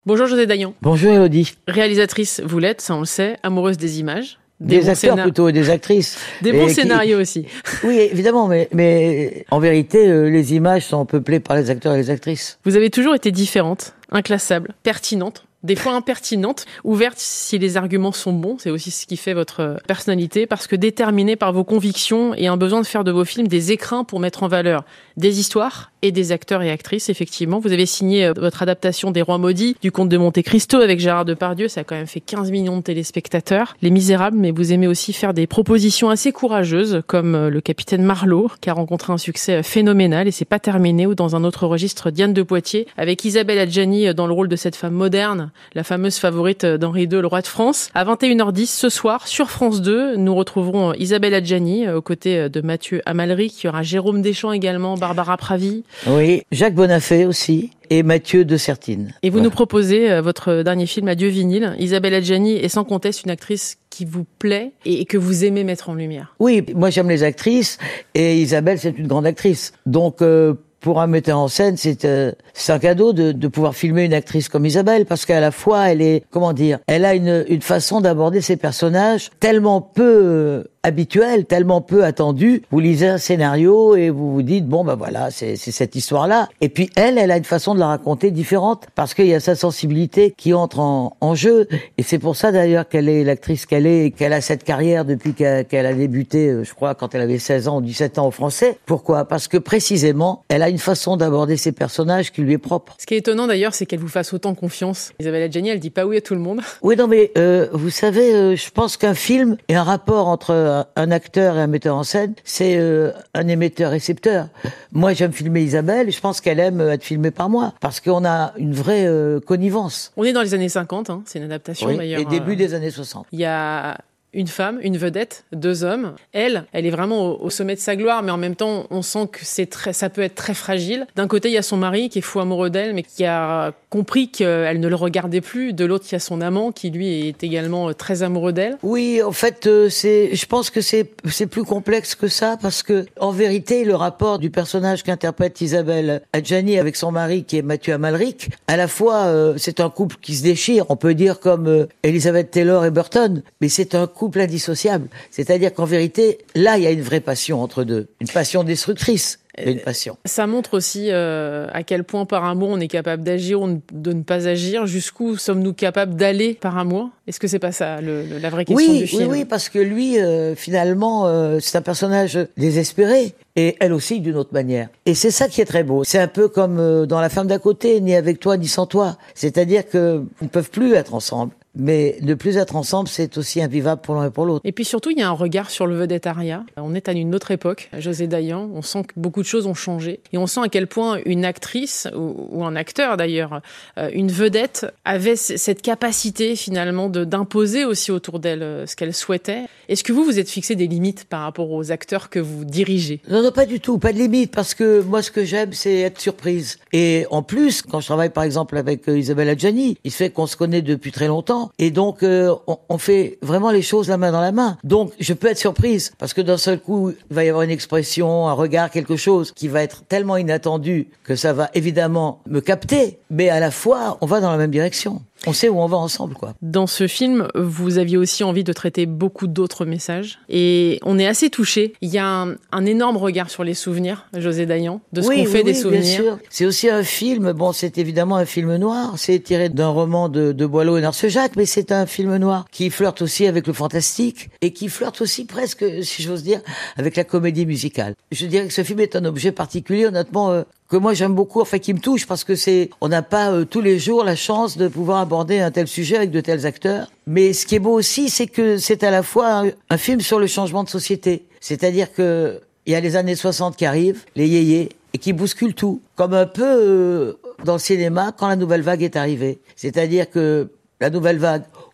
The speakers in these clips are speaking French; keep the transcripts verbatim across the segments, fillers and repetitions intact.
Bonjour José Dayan. Bonjour Élodie. Réalisatrice, vous l'êtes, ça on le sait, amoureuse des images. Des, des acteurs scénar... plutôt et des actrices. Des bons scénarios qui... aussi. Oui, évidemment, mais, mais en vérité, euh, les images sont peuplées par les acteurs et les actrices. Vous avez toujours été différente, inclassable, pertinente, des fois impertinente, ouverte si les arguments sont bons, c'est aussi ce qui fait votre personnalité, parce que déterminée par vos convictions et un besoin de faire de vos films des écrins pour mettre en valeur des histoires et des acteurs et actrices, effectivement. Vous avez signé votre adaptation des Rois Maudits, du Comte de Monte Cristo avec Gérard Depardieu, ça a quand même fait quinze millions de téléspectateurs. Les Misérables, mais vous aimez aussi faire des propositions assez courageuses, comme le Capitaine Marlowe, qui a rencontré un succès phénoménal, et c'est pas terminé, ou dans un autre registre, Diane de Poitiers, avec Isabelle Adjani dans le rôle de cette femme moderne, la fameuse favorite d'Henri deux, le roi de France. À vingt et une heures dix, ce soir, sur France deux, nous retrouverons Isabelle Adjani, aux côtés de Mathieu Amalric, il y aura Jérôme Deschamps également, Barbara Pravi. Oui, Jacques Bonafé aussi, et Mathieu de Sertine. Et vous ouais. nous proposez euh, votre dernier film, Adieu vinyle. Isabelle Adjani est sans conteste une actrice qui vous plaît et que vous aimez mettre en lumière. Oui, moi j'aime les actrices, et Isabelle c'est une grande actrice. Donc... Euh, Pour un metteur en scène, c'est euh, c'est un cadeau de, de pouvoir filmer une actrice comme Isabelle, parce qu'à la fois, elle est, comment dire, elle a une, une façon d'aborder ses personnages tellement peu euh, habituelle, tellement peu attendue. Vous lisez un scénario et vous vous dites, bon, ben voilà, c'est, c'est cette histoire-là. Et puis elle, elle a une façon de la raconter différente, parce qu'il y a sa sensibilité qui entre en, en jeu. Et c'est pour ça d'ailleurs qu'elle est l'actrice qu'elle est, et qu'elle a cette carrière depuis qu'elle, qu'elle a débuté, je crois, quand elle avait seize ans ou dix-sept ans au Français. Pourquoi ? Parce que précisément, elle a une façon d'aborder ses personnages qui lui est propre. Ce qui est étonnant d'ailleurs, c'est qu'elle vous fasse autant confiance. Isabelle Adjani, elle dit pas oui à tout le monde. Oui, non, mais euh, vous savez, euh, je pense qu'un film et un rapport entre un, un acteur et un metteur en scène, c'est euh, un émetteur-récepteur. Moi, j'aime filmer Isabelle, et je pense qu'elle aime être filmée par moi, parce qu'on a une vraie euh, connivence. On est dans les années cinquante, hein, c'est une adaptation oui, d'ailleurs. Et début euh, des années soixante. Il y a une femme, une vedette, deux hommes. Elle, elle est vraiment au, au sommet de sa gloire, mais en même temps, on sent que c'est très, ça peut être très fragile. D'un côté, il y a son mari qui est fou amoureux d'elle, mais qui a compris qu'elle ne le regardait plus. De l'autre, il y a son amant qui, lui, est également très amoureux d'elle. Oui, en fait, euh, c'est, je pense que c'est, c'est plus complexe que ça, parce que, en vérité, le rapport du personnage qu'interprète Isabelle Adjani avec son mari, qui est Mathieu Amalric, à la fois, euh, c'est un couple qui se déchire, on peut dire comme euh, Elizabeth Taylor et Burton, mais c'est un couple indissociable. C'est-à-dire qu'en vérité, là, il y a une vraie passion entre deux. Une passion destructrice, mais une passion. Ça montre aussi euh, à quel point par amour on est capable d'agir ou de ne pas agir. Jusqu'où sommes-nous capables d'aller par amour ? Est-ce que c'est pas ça, le, le, la vraie question oui, du film ? Oui, oui, parce que lui, euh, finalement, euh, c'est un personnage désespéré. Et elle aussi, d'une autre manière. Et c'est ça qui est très beau. C'est un peu comme euh, dans La femme d'à côté, ni avec toi, ni sans toi. C'est-à-dire qu'ils ne peuvent plus être ensemble. Mais ne plus être ensemble, c'est aussi invivable pour l'un et pour l'autre. Et puis surtout, il y a un regard sur le vedettariat. On est à une autre époque, José Dayan. On sent que beaucoup de choses ont changé. Et on sent à quel point une actrice, ou, ou un acteur d'ailleurs, euh, une vedette, avait c- cette capacité finalement de, d'imposer aussi autour d'elle euh, ce qu'elle souhaitait. Est-ce que vous, vous êtes fixé des limites par rapport aux acteurs que vous dirigez ? Non, non, pas du tout, pas de limite, parce que moi, ce que j'aime, c'est être surprise. Et en plus, quand je travaille par exemple avec euh, Isabelle Adjani, il se fait qu'on se connaît depuis très longtemps. Et donc, euh, on, on fait vraiment les choses la main dans la main. Donc, je peux être surprise, parce que d'un seul coup, il va y avoir une expression, un regard, quelque chose qui va être tellement inattendu que ça va évidemment me capter. Mais à la fois, on va dans la même direction. On sait où on va ensemble, quoi. Dans ce film, vous aviez aussi envie de traiter beaucoup d'autres messages. Et on est assez touchés. Il y a un, un énorme regard sur les souvenirs, José Dayan, de ce oui, qu'on fait oui, des oui, souvenirs. Bien sûr. C'est aussi un film, bon, c'est évidemment un film noir. C'est tiré d'un roman de, de Boileau et Narcejac, mais c'est un film noir qui flirte aussi avec le fantastique et qui flirte aussi presque, si j'ose dire, avec la comédie musicale. Je dirais que ce film est un objet particulier, honnêtement, euh, que moi j'aime beaucoup, enfin qui me touche, parce que c'est, on n'a pas euh, tous les jours la chance de pouvoir aborder un tel sujet avec de tels acteurs. Mais ce qui est beau aussi, c'est que c'est à la fois un, un film sur le changement de société. C'est-à-dire que il y a les années soixante qui arrivent, les yéyés, et qui bousculent tout. Comme un peu euh, dans le cinéma quand la nouvelle vague est arrivée. C'est-à-dire que la nouvelle vague,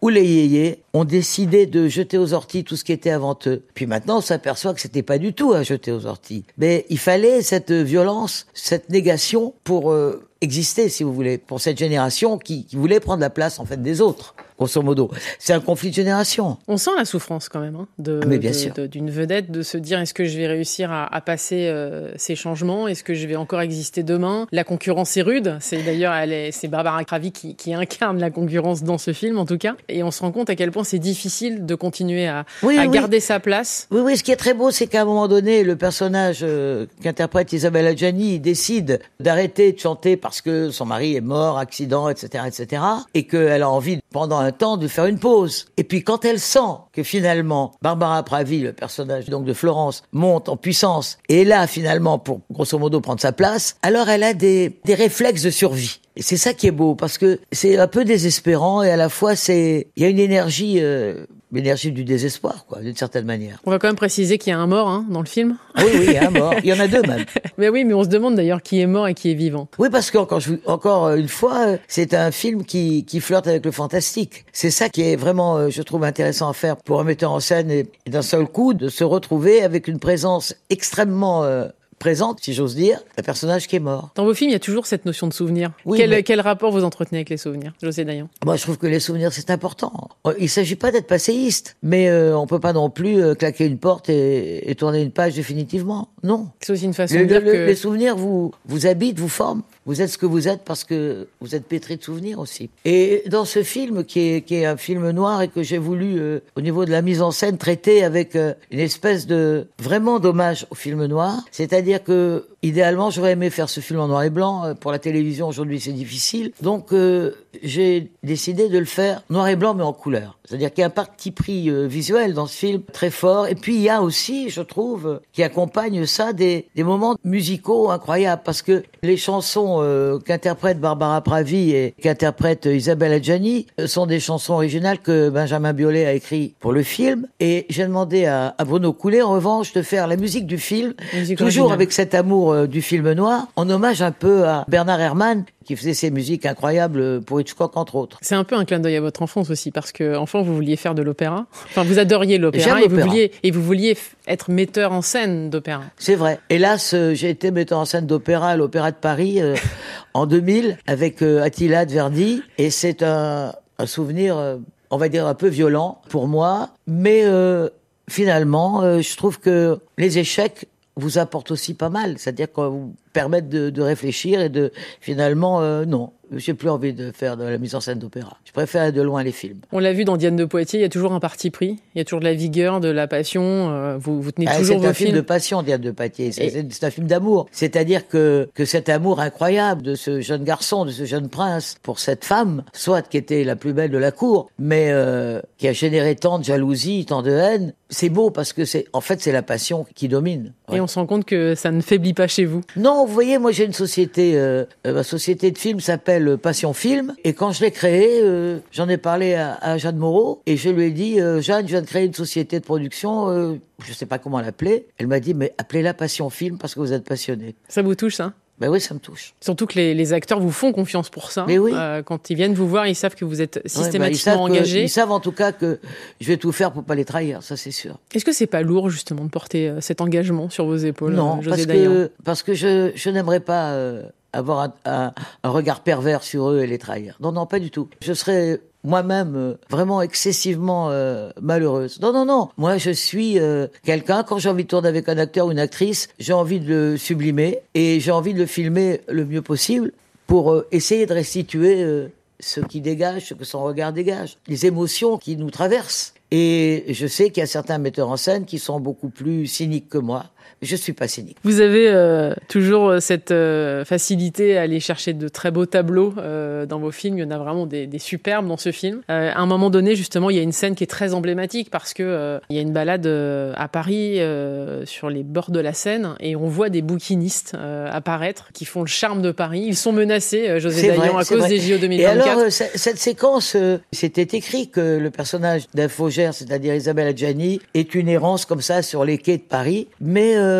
où les yéyés ont décidé de jeter aux orties tout ce qui était avant eux. Puis maintenant, on s'aperçoit que c'était pas du tout à jeter aux orties. Mais il fallait cette violence, cette négation pour euh, exister, si vous voulez, pour cette génération qui, qui voulait prendre la place, en fait, des autres. Grosso modo, c'est un conflit de génération. On sent la souffrance quand même, hein, de, Mais bien de, sûr. de, d'une vedette, de se dire est-ce que je vais réussir à, à passer euh, ces changements, est-ce que je vais encore exister demain. La concurrence est rude. C'est d'ailleurs, elle est, c'est Barbara Pravi qui, qui incarne la concurrence dans ce film en tout cas. Et on se rend compte à quel point c'est difficile de continuer à, oui, à oui. garder sa place. Oui, oui. Ce qui est très beau, c'est qu'à un moment donné, le personnage euh, qu'interprète Isabelle Adjani décide d'arrêter de chanter parce que son mari est mort, accident, et cetera, et cetera, et qu'elle a envie pendant un temps de faire une pause. Et puis quand elle sent que finalement Barbara Pravi, le personnage donc de Florence, monte en puissance et est là finalement pour grosso modo prendre sa place, alors elle a des, des réflexes de survie. Et c'est ça qui est beau, parce que c'est un peu désespérant et à la fois c'est, il y a une énergie, euh, l'énergie du désespoir, quoi, d'une certaine manière. On va quand même préciser qu'il y a un mort hein, dans le film. Ah oui, oui, il y a un mort. Il y en a deux même. Mais oui, mais on se demande d'ailleurs qui est mort et qui est vivant. Oui, parce que encore, je, encore une fois, c'est un film qui, qui flirte avec le fantastique. C'est ça qui est vraiment, je trouve, intéressant à faire pour un metteur en scène et, et d'un seul coup de se retrouver avec une présence extrêmement euh, présente, si j'ose dire, un personnage qui est mort. Dans vos films, il y a toujours cette notion de souvenir. Oui, quel, mais... quel rapport vous entretenez avec les souvenirs, José Dayan? Moi, je trouve que les souvenirs, c'est important. Il s'agit pas d'être passéiste, mais euh, on peut pas non plus euh, claquer une porte et, et tourner une page définitivement. Non. C'est aussi une façon le, de dire le, que... Les souvenirs vous, vous habitent, vous forment. Vous êtes ce que vous êtes parce que vous êtes pétri de souvenirs aussi. Et dans ce film, qui est, qui est un film noir et que j'ai voulu, euh, au niveau de la mise en scène, traiter avec euh, une espèce de vraiment d'hommage au film noir, c'est-à-dire que idéalement, j'aurais aimé faire ce film en noir et blanc. Pour la télévision, aujourd'hui, c'est difficile. Donc, euh, j'ai décidé de le faire noir et blanc, mais en couleur. C'est-à-dire qu'il y a un parti pris euh, visuel dans ce film très fort. Et puis, il y a aussi, je trouve, qui accompagne ça, des, des moments musicaux incroyables. Parce que les chansons euh, qu'interprète Barbara Pravi et qu'interprète Isabelle Adjani euh, sont des chansons originales que Benjamin Biolay a écrit pour le film. Et j'ai demandé à, à Bruno Coulet, en revanche, de faire la musique du film, musique toujours originale, avec cet amour du film noir, en hommage un peu à Bernard Herrmann, qui faisait ses musiques incroyables pour Hitchcock, entre autres. C'est un peu un clin d'œil à votre enfance aussi, parce que enfant, vous vouliez faire de l'opéra. Enfin, vous adoriez l'opéra et vous vouliez, et vous vouliez être metteur en scène d'opéra. C'est vrai. Hélas, euh, j'ai été metteur en scène d'opéra à l'Opéra de Paris euh, en deux mille avec euh, Attila de Verdi, et c'est un, un souvenir, euh, on va dire, un peu violent pour moi, mais euh, finalement, euh, je trouve que les échecs vous apportent aussi pas mal, c'est-à-dire qu'on vous permettent de, de réfléchir et de finalement euh, non, j'ai plus envie de faire de la mise en scène d'opéra. Je préfère de loin les films. On l'a vu dans Diane de Poitiers, il y a toujours un parti pris, il y a toujours de la vigueur, de la passion. Euh, vous, vous tenez ah, toujours vos films. C'est un film de passion, Diane de Poitiers. C'est, et... c'est un film d'amour. C'est-à-dire que que cet amour incroyable de ce jeune garçon, de ce jeune prince pour cette femme, soit qui était la plus belle de la cour, mais euh, qui a généré tant de jalousie, tant de haine. C'est beau parce que c'est en fait c'est la passion qui domine. Ouais. Et on se rend compte que ça ne faiblit pas chez vous. Non, vous voyez, moi j'ai une société, euh, ma société de films s'appelle Passion Film, et quand je l'ai créée, euh, j'en ai parlé à, à Jeanne Moreau, et je lui ai dit, euh, Jeanne, je viens de créer une société de production, euh, je sais pas comment l'appeler. Elle m'a dit, mais appelez-la Passion Film parce que vous êtes passionné. Ça vous touche, ça? Ben oui, ça me touche. Surtout que les, les acteurs vous font confiance pour ça. Mais oui. Euh, quand ils viennent vous voir, ils savent que vous êtes systématiquement ouais, bah, ils savent engagé. Que, ils savent en tout cas que je vais tout faire pour pas les trahir, ça c'est sûr. Est-ce que c'est pas lourd justement de porter euh, cet engagement sur vos épaules, Non, euh, José parce Dayan que parce que je je n'aimerais pas euh, avoir un, un, un regard pervers sur eux et les trahir. Non, non, pas du tout. Je serais moi-même euh, vraiment excessivement euh, malheureuse. Non, non, non. Moi, je suis euh, quelqu'un, quand j'ai envie de tourner avec un acteur ou une actrice, j'ai envie de le sublimer et j'ai envie de le filmer le mieux possible pour euh, essayer de restituer euh, ce qui dégage, ce que son regard dégage, les émotions qui nous traversent. Et je sais qu'il y a certains metteurs en scène qui sont beaucoup plus cyniques que moi. Je suis pas cynique. Vous avez euh, toujours cette euh, facilité à aller chercher de très beaux tableaux euh, dans vos films. Il y en a vraiment des, des superbes dans ce film. Euh, à un moment donné, justement, il y a une scène qui est très emblématique parce que euh, il y a une balade euh, à Paris euh, sur les bords de la Seine et on voit des bouquinistes euh, apparaître qui font le charme de Paris. Ils sont menacés, euh, José Dayan, à cause vrai. des J O deux mille vingt-quatre. Et alors, euh, cette séquence, euh, c'était écrit que le personnage d'Infogère, c'est-à-dire Isabelle Adjani, est une errance comme ça sur les quais de Paris, mais euh,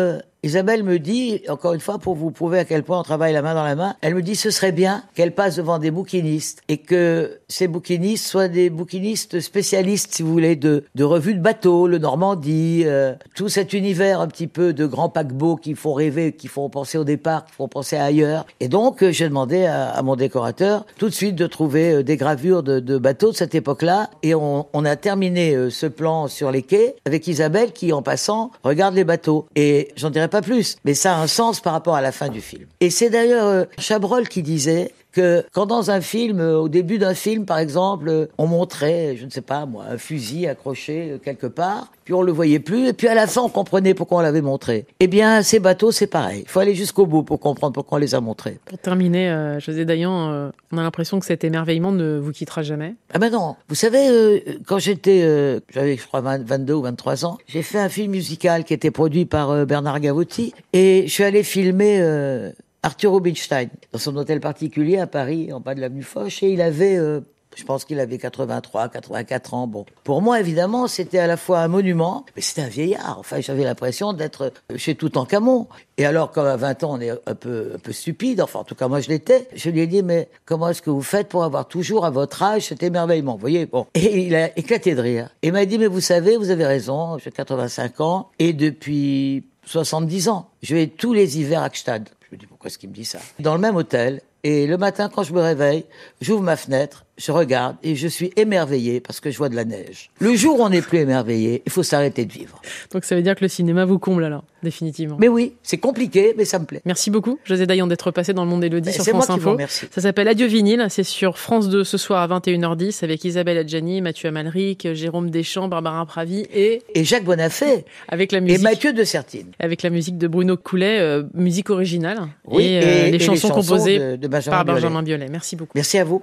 Isabelle me dit, encore une fois, pour vous prouver à quel point on travaille la main dans la main, elle me dit ce serait bien qu'elle passe devant des bouquinistes et que ces bouquinistes soient des bouquinistes spécialistes, si vous voulez, de, de revues de bateaux, le Normandie, euh, tout cet univers un petit peu de grands paquebots qui font rêver, qui font penser au départ, qui font penser à ailleurs. Et donc, euh, j'ai demandé à, à mon décorateur tout de suite de trouver euh, des gravures de, de bateaux de cette époque-là. Et on, on a terminé euh, ce plan sur les quais avec Isabelle qui, en passant, regarde les bateaux. Et j'en dirai pas plus, mais ça a un sens par rapport à la fin du film. Et c'est d'ailleurs euh, Chabrol qui disait que quand dans un film, euh, au début d'un film par exemple, euh, on montrait, je ne sais pas moi, un fusil accroché euh, quelque part, puis on le voyait plus, et puis à la fin on comprenait pourquoi on l'avait montré. Eh bien, ces bateaux, c'est pareil. Il faut aller jusqu'au bout pour comprendre pourquoi on les a montrés. Pour terminer, euh, José Dayan, euh, on a l'impression que cet émerveillement ne vous quittera jamais. Ah ben non. Vous savez, euh, quand j'étais, euh, j'avais je crois vingt-deux ou vingt-trois ans, j'ai fait un film musical qui était produit par euh, Bernard Gavotti, et je suis allé filmer... Euh, Arthur Rubinstein, dans son hôtel particulier à Paris, en bas de l'avenue Foch, et il avait, euh, je pense qu'il avait quatre-vingt-trois, quatre-vingt-quatre ans. Bon, pour moi, évidemment, c'était à la fois un monument, mais c'était un vieillard. Enfin, j'avais l'impression d'être chez Toutankhamon. Et alors, comme à vingt ans, on est un peu, un peu stupide, enfin, en tout cas, moi, je l'étais. Je lui ai dit, mais comment est-ce que vous faites pour avoir toujours à votre âge cet émerveillement? Vous voyez, bon. Et il a éclaté de rire. Et il m'a dit, mais vous savez, vous avez raison, j'ai quatre-vingt-cinq ans, et depuis soixante-dix ans, je vais tous les hivers à Gstaad. Je me dis, pourquoi est-ce qu'il me dit ça? Dans le même hôtel, et le matin, quand je me réveille, j'ouvre ma fenêtre, je regarde, et je suis émerveillé parce que je vois de la neige. Le jour où on n'est plus émerveillé, il faut s'arrêter de vivre. Donc ça veut dire que le cinéma vous comble alors, définitivement. Mais oui, c'est compliqué, mais ça me plaît. Merci beaucoup, José Dayan, d'être passé dans le monde d'Élodie sur C'est France moi qui Info. vous remercie. Ça s'appelle Adieu vinyle, c'est sur France deux ce soir à vingt et une heures dix avec Isabelle Adjani, Mathieu Amalric, Jérôme Deschamps, Barbara Pravi et... Et Jacques Bonafé. Avec la musique. Et Mathieu de Sertine. Avec la musique de Bruno Coulet, euh, musique originale. Oui, et, euh, et, les, et chansons les chansons composées de, de Benjamin par Biolay. Benjamin Biolay. Merci beaucoup. Merci à vous.